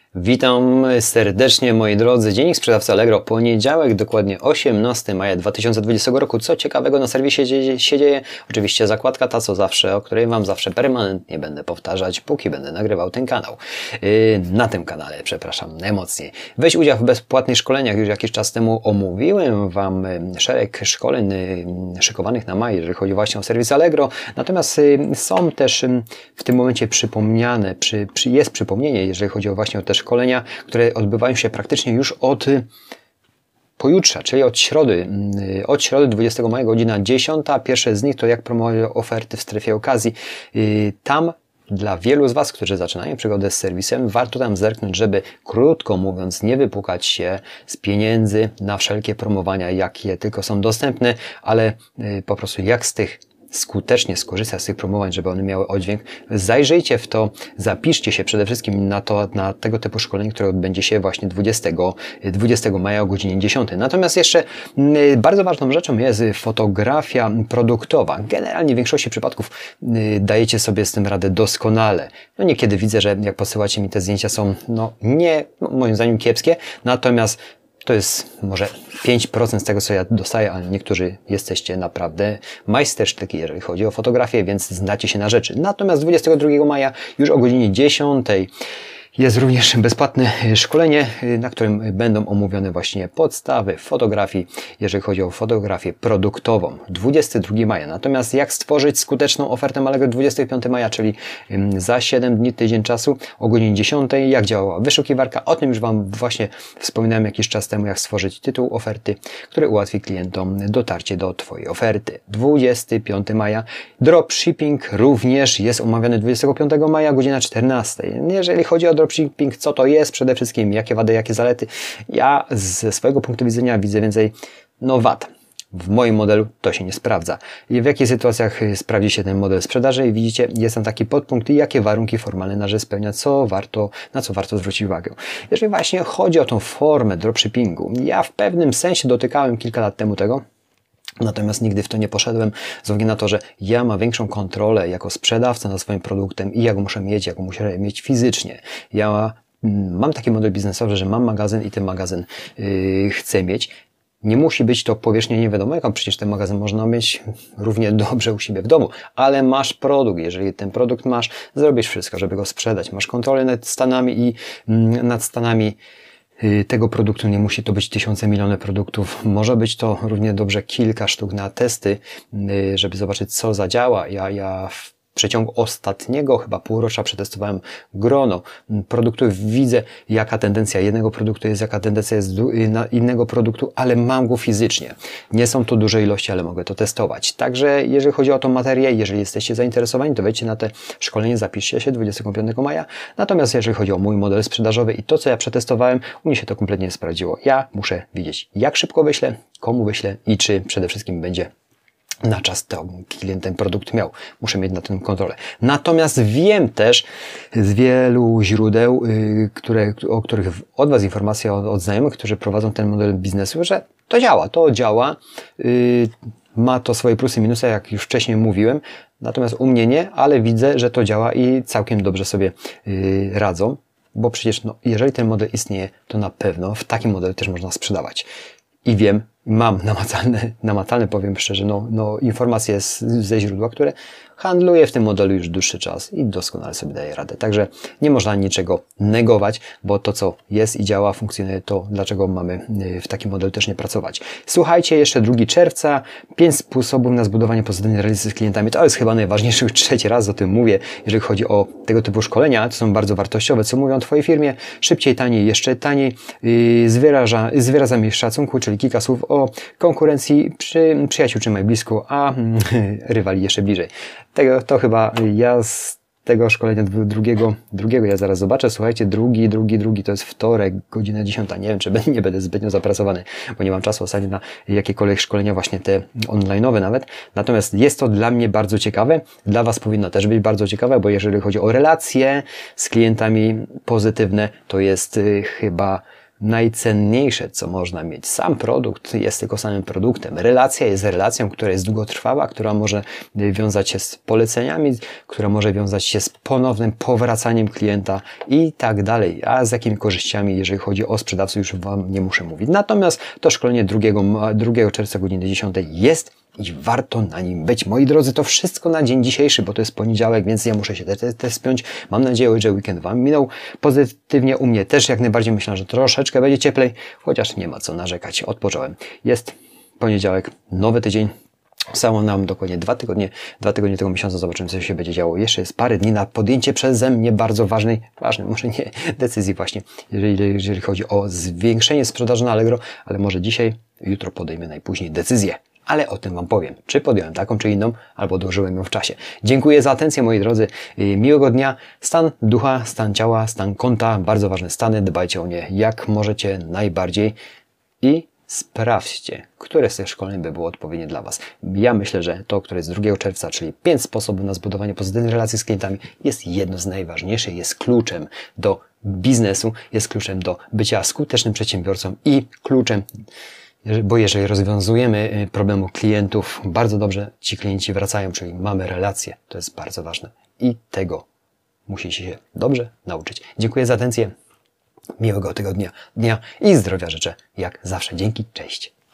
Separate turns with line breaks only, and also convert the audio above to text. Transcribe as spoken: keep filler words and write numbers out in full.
Witam serdecznie moi drodzy. Dziennik Sprzedawcy Allegro, poniedziałek, dokładnie osiemnastego maja dwa tysiące dwudziestego roku. Co ciekawego na serwisie się, się dzieje? Oczywiście zakładka ta co zawsze, o której Wam zawsze permanentnie będę powtarzać, póki będę nagrywał ten kanał. Yy, na tym kanale, przepraszam, najmocniej. Weź udział w bezpłatnych szkoleniach. Już jakiś czas temu omówiłem Wam szereg szkoleń szykowanych na maj, jeżeli chodzi właśnie o serwis Allegro. Natomiast yy, są też yy, w tym momencie przypomniane, przy, przy, jest przypomnienie, jeżeli chodzi o właśnie o te szkolenia, które odbywają się praktycznie już od pojutrze, czyli od środy. Od środy dwudziestego maja, godzina dziesiąta. Pierwsze z nich to jak promować oferty w strefie okazji. Tam dla wielu z Was, którzy zaczynają przygodę z serwisem, warto tam zerknąć, żeby krótko mówiąc nie wypłukać się z pieniędzy na wszelkie promowania, jakie tylko są dostępne, ale po prostu jak z tych skutecznie skorzystać z tych promowań, żeby one miały oddźwięk. Zajrzyjcie w to, zapiszcie się przede wszystkim na to, na tego typu szkolenie, które odbędzie się właśnie dwudziestego maja o godzinie dziesiątej. Natomiast jeszcze bardzo ważną rzeczą jest fotografia produktowa. Generalnie w większości przypadków dajecie sobie z tym radę doskonale. No niekiedy widzę, że jak posyłacie mi te zdjęcia są, no nie, no, moim zdaniem kiepskie, natomiast to jest może pięć procent z tego, co ja dostaję, ale niektórzy jesteście naprawdę majstersztyki, jeżeli chodzi o fotografię, więc znacie się na rzeczy. Natomiast dwudziestego drugiego maja już o godzinie dziesiątej jest również bezpłatne szkolenie, na którym będą omówione właśnie podstawy fotografii, jeżeli chodzi o fotografię produktową. dwudziestego drugiego maja. Natomiast jak stworzyć skuteczną ofertę Allegro dwudziestego piątego maja, czyli za siedem dni, tydzień czasu, o godzinie dziesiątej. Jak działała wyszukiwarka? O tym już Wam właśnie wspominałem jakiś czas temu, jak stworzyć tytuł oferty, który ułatwi klientom dotarcie do Twojej oferty. dwudziestego piątego maja. Dropshipping również jest omawiany dwudziestego piątego maja, godzina czternasta. Jeżeli chodzi o dropshipping, co to jest przede wszystkim, jakie wady, jakie zalety. Ja ze swojego punktu widzenia widzę więcej no wad. W moim modelu to się nie sprawdza. I w jakich sytuacjach sprawdzi się ten model sprzedaży? I widzicie, jest tam taki podpunkt i jakie warunki formalne należy spełniać, co warto, na co warto zwrócić uwagę. Jeżeli właśnie chodzi o tą formę dropshippingu, ja w pewnym sensie dotykałem kilka lat temu tego, natomiast nigdy w to nie poszedłem, z uwagi na to, że ja mam większą kontrolę jako sprzedawca nad swoim produktem i ja go muszę mieć, ja go muszę mieć fizycznie. Ja mam taki model biznesowy, że mam magazyn i ten magazyn yy, chcę mieć. Nie musi być to powierzchnia nie wiadomo jaka, przecież ten magazyn można mieć równie dobrze u siebie w domu, ale masz produkt, jeżeli ten produkt masz, zrobisz wszystko, żeby go sprzedać. Masz kontrolę nad stanami i mm, nad stanami tego produktu. Nie musi to być tysiące, miliony produktów. Może być to równie dobrze kilka sztuk na testy, żeby zobaczyć, co zadziała. Ja, ja w przeciągu ostatniego chyba półrocza przetestowałem grono produktów. Widzę, jaka tendencja jednego produktu jest, jaka tendencja jest na innego produktu, ale mam go fizycznie. Nie są to duże ilości, ale mogę to testować. Także jeżeli chodzi o tą materię, jeżeli jesteście zainteresowani, to wejdźcie na te szkolenie, zapiszcie się dwudziestego piątego maja. Natomiast jeżeli chodzi o mój model sprzedażowy i to, co ja przetestowałem, u mnie się to kompletnie nie sprawdziło. Ja muszę wiedzieć, jak szybko wyślę, komu wyślę i czy przede wszystkim będzie na czas to klient ten produkt miał. Muszę mieć na tym kontrolę. Natomiast wiem też z wielu źródeł, yy, które, o których od Was informacje od, od znajomych, którzy prowadzą ten model biznesu, że to działa, to działa. Yy, ma to swoje plusy i minusy, jak już wcześniej mówiłem. Natomiast u mnie nie, ale widzę, że to działa i całkiem dobrze sobie yy, radzą. Bo przecież no, jeżeli ten model istnieje, to na pewno w takim modelu też można sprzedawać. I wiem, mam namacalne, namacalne powiem szczerze, no, no informacje z, ze źródła, które handluję w tym modelu już dłuższy czas i doskonale sobie daję radę. Także nie można niczego negować, bo to, co jest i działa, funkcjonuje, to dlaczego mamy w takim modelu też nie pracować. Słuchajcie, jeszcze drugiego czerwca, pięć sposobów na zbudowanie pozytywnej relacji z klientami. To jest chyba najważniejszy, już trzeci raz o tym mówię, jeżeli chodzi o tego typu szkolenia, to są bardzo wartościowe, co mówią o Twojej firmie, szybciej, taniej, jeszcze taniej, z, wyraża, z wyrazami szacunku, czyli kilka słów o konkurencji, przy, przyjaciół trzymaj blisko, a rywali jeszcze bliżej. Tego, to chyba ja z tego szkolenia drugiego, drugiego ja zaraz zobaczę. Słuchajcie, drugi, drugi, drugi to jest wtorek, godzina dziesiąta. Nie wiem, czy nie będę zbytnio zapracowany, bo nie mam czasu ostatnio na jakiekolwiek szkolenia, właśnie te online'owe nawet. Natomiast jest to dla mnie bardzo ciekawe. Dla Was powinno też być bardzo ciekawe, bo jeżeli chodzi o relacje z klientami pozytywne, to jest y, chyba najcenniejsze, co można mieć. Sam produkt jest tylko samym produktem. Relacja jest relacją, która jest długotrwała, która może wiązać się z poleceniami, która może wiązać się z ponownym powracaniem klienta i tak dalej. A z jakimi korzyściami, jeżeli chodzi o sprzedawców, już Wam nie muszę mówić. Natomiast to szkolenie drugiego czerwca o godzinie dziesiątej jest i warto na nim być. Moi drodzy, to wszystko na dzień dzisiejszy, bo to jest poniedziałek, więc ja muszę się też te, spiąć. Mam nadzieję, że weekend Wam minął pozytywnie. U mnie też jak najbardziej myślę, że troszeczkę będzie cieplej, chociaż nie ma co narzekać. Odpocząłem. Jest poniedziałek, nowy tydzień. Samo nam dokładnie dwa tygodnie, dwa tygodnie tego miesiąca, zobaczymy, co się będzie działo. Jeszcze jest parę dni na podjęcie przeze mnie bardzo ważnej, ważnej, może nie decyzji właśnie, jeżeli, jeżeli chodzi o zwiększenie sprzedaży na Allegro, ale może dzisiaj, jutro podejmę najpóźniej decyzję. Ale o tym Wam powiem, czy podjąłem taką, czy inną, albo odłożyłem ją w czasie. Dziękuję za atencję, moi drodzy. Miłego dnia. Stan ducha, stan ciała, stan konta, bardzo ważne stany. Dbajcie o nie jak możecie najbardziej i sprawdźcie, które z tych szkoleń by było odpowiednie dla Was. Ja myślę, że to, które jest drugiego czerwca, czyli pięć sposobów na zbudowanie pozytywnych relacji z klientami, jest jedno z najważniejszych, jest kluczem do biznesu, jest kluczem do bycia skutecznym przedsiębiorcą i kluczem, bo jeżeli rozwiązujemy problemu klientów, bardzo dobrze ci klienci wracają, czyli mamy relacje. To jest bardzo ważne i tego musicie się dobrze nauczyć. Dziękuję za atencję. Miłego tygodnia, dnia i zdrowia życzę jak zawsze. Dzięki, cześć.